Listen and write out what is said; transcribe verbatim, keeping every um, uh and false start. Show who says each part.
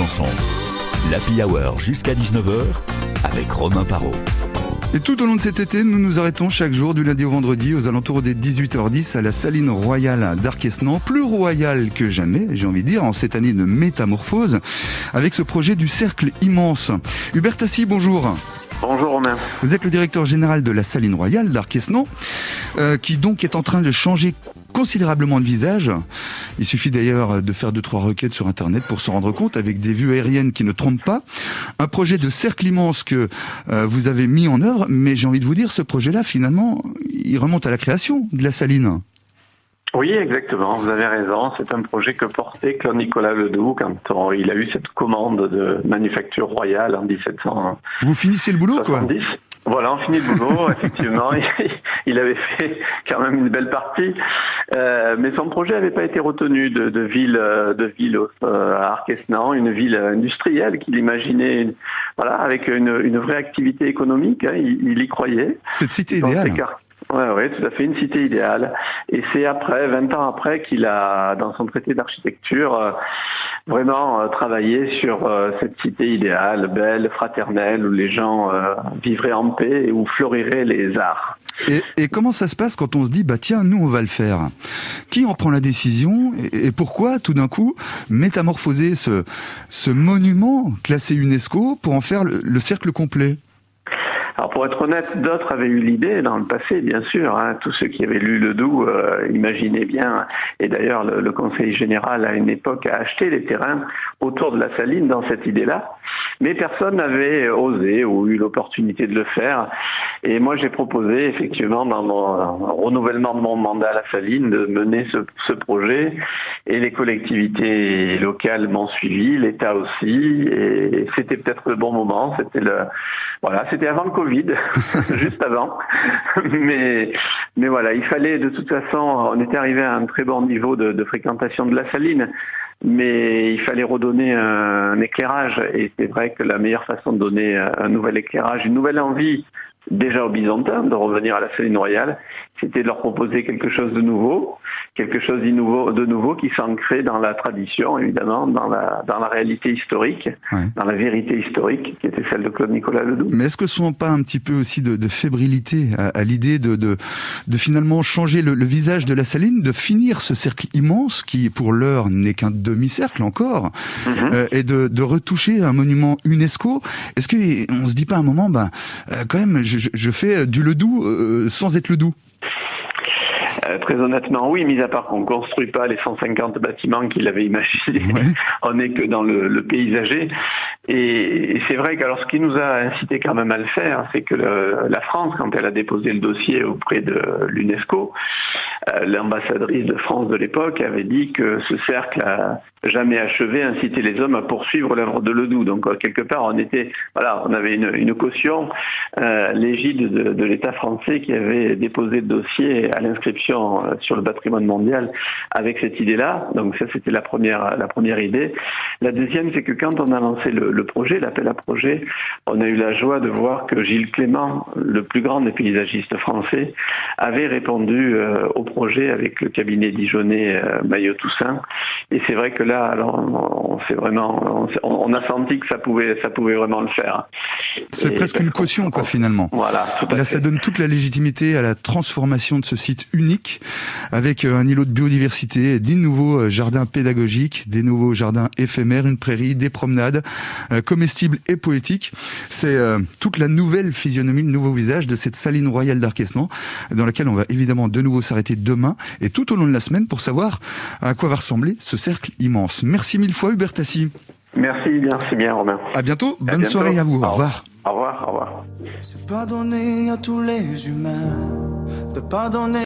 Speaker 1: chanson. L'Happy Hour jusqu'à dix-neuf heures avec Romain Parot.
Speaker 2: Et tout au long de cet été, nous nous arrêtons chaque jour du lundi au vendredi aux alentours des dix-huit heures dix à la Saline Royale d'Arquesnan, plus royale que jamais, j'ai envie de dire, en cette année de métamorphose, avec ce projet du cercle immense. Hubert Tassi, bonjour.
Speaker 3: Bonjour Romain.
Speaker 2: Vous êtes le directeur général de la Saline Royale d'Arquesnan, euh, qui donc est en train de changer considérablement de visage. Il suffit d'ailleurs de faire deux trois requêtes sur Internet pour se rendre compte, avec des vues aériennes qui ne trompent pas. Un projet de cercle immense que euh, vous avez mis en œuvre, mais j'ai envie de vous dire, ce projet-là, finalement, il remonte à la création de la Saline.
Speaker 3: Oui, exactement, vous avez raison. C'est un projet que portait Claude Nicolas Ledoux quand on, il a eu cette commande de manufacture royale en dix-sept cent soixante-dix.
Speaker 2: Vous finissez le boulot, quoi.
Speaker 3: Voilà, on finit le boulot, effectivement. Il avait fait quand même une belle partie, euh, mais son projet n'avait pas été retenu de, de ville, de ville euh, à Arquesnan, une ville industrielle qu'il imaginait, voilà, avec une, une vraie activité économique. Hein, il, il y croyait.
Speaker 2: Cette cité idéale.
Speaker 3: Oui, ouais, tout à fait, une cité idéale. Et c'est après, vingt ans après, qu'il a, dans son traité d'architecture, euh, vraiment euh, travaillé sur euh, cette cité idéale, belle, fraternelle, où les gens euh, vivraient en paix et où fleuriraient les arts.
Speaker 2: Et, et comment ça se passe quand on se dit, bah tiens, nous on va le faire? Qui en prend la décision et, et pourquoi, tout d'un coup, métamorphoser ce, ce monument classé UNESCO pour en faire le, le cercle complet?
Speaker 3: Alors pour être honnête, d'autres avaient eu l'idée dans le passé, bien sûr. Hein, tous ceux qui avaient lu Ledoux euh, imaginaient bien. Et d'ailleurs, le, le Conseil général, à une époque, a acheté les terrains autour de la Saline dans cette idée-là. Mais personne n'avait osé ou eu l'opportunité de le faire. Et moi, j'ai proposé, effectivement, dans mon renouvellement de mon mandat à la Saline, de mener ce, ce projet. Et les collectivités locales m'ont suivi, l'État aussi. Et c'était peut-être le bon moment. C'était le, voilà, c'était avant le Covid. Juste avant, mais mais voilà, il fallait de toute façon, on était arrivé à un très bon niveau de, de fréquentation de la Saline, mais il fallait redonner un, un éclairage, et c'est vrai que la meilleure façon de donner un nouvel éclairage, une nouvelle envie, déjà aux Byzantins de revenir à la Saline Royale, c'était de leur proposer quelque chose de nouveau, quelque chose de nouveau, de nouveau qui s'ancrait dans la tradition, évidemment, dans la, dans la réalité historique, ouais. Dans la vérité historique, qui était celle de Claude Nicolas Ledoux.
Speaker 2: Mais est-ce que ce ne sont pas un petit peu aussi de, de fébrilité à, à l'idée de, de, de finalement changer le, le visage de la Saline, de finir ce cercle immense, qui pour l'heure n'est qu'un demi-cercle encore, mm-hmm. euh, et de, de retoucher un monument UNESCO? Est-ce qu'on ne se dit pas à un moment, ben, euh, quand même, je, je, je fais du Ledoux euh, sans être Ledoux?
Speaker 3: Euh, très honnêtement, oui, mis à part qu'on ne construit pas les cent cinquante bâtiments qu'il avait imaginés, ouais. On n'est que dans le, le paysager. Et, et c'est vrai que alors, ce qui nous a incité quand même à le faire, c'est que le, la France, quand elle a déposé le dossier auprès de l'UNESCO, euh, l'ambassadrice de France de l'époque avait dit que ce cercle a jamais achevé incitait les hommes à poursuivre l'œuvre de Ledoux. Donc quelque part, on était, voilà, on avait une, une caution, euh, l'égide de, de l'État français qui avait déposé le dossier à l'inscription sur le patrimoine mondial avec cette idée-là. Donc ça, c'était la première, la première idée. La deuxième, c'est que quand on a lancé le, le projet, l'appel à projet, on a eu la joie de voir que Gilles Clément, le plus grand des paysagistes français, avait répondu euh, au projet avec le cabinet dijonnais euh, Maillot-Toussaint. Et c'est vrai que là, alors, on, on s'est vraiment, on, on a senti que ça pouvait, ça pouvait vraiment le faire.
Speaker 2: C'est et presque une caution, quoi, finalement.
Speaker 3: Voilà.
Speaker 2: Là, ça donne toute la légitimité à la transformation de ce site unique, avec un îlot de biodiversité, des nouveaux jardins pédagogiques, des nouveaux jardins éphémères, une prairie, des promenades, euh, comestibles et poétiques. C'est euh, toute la nouvelle physionomie, le nouveau visage de cette Saline Royale d'Arquesnan, dans laquelle on va évidemment de nouveau s'arrêter demain et tout au long de la semaine pour savoir à quoi va ressembler ce cercle immense. Merci mille fois, Hubert Tassi.
Speaker 3: Merci, merci bien, Romain.
Speaker 2: À bientôt. Bonne
Speaker 3: à bientôt.
Speaker 2: Soirée à vous. Au, au revoir.
Speaker 3: Au revoir, au revoir.
Speaker 4: C'est pas donné à tous les humains de pardonner.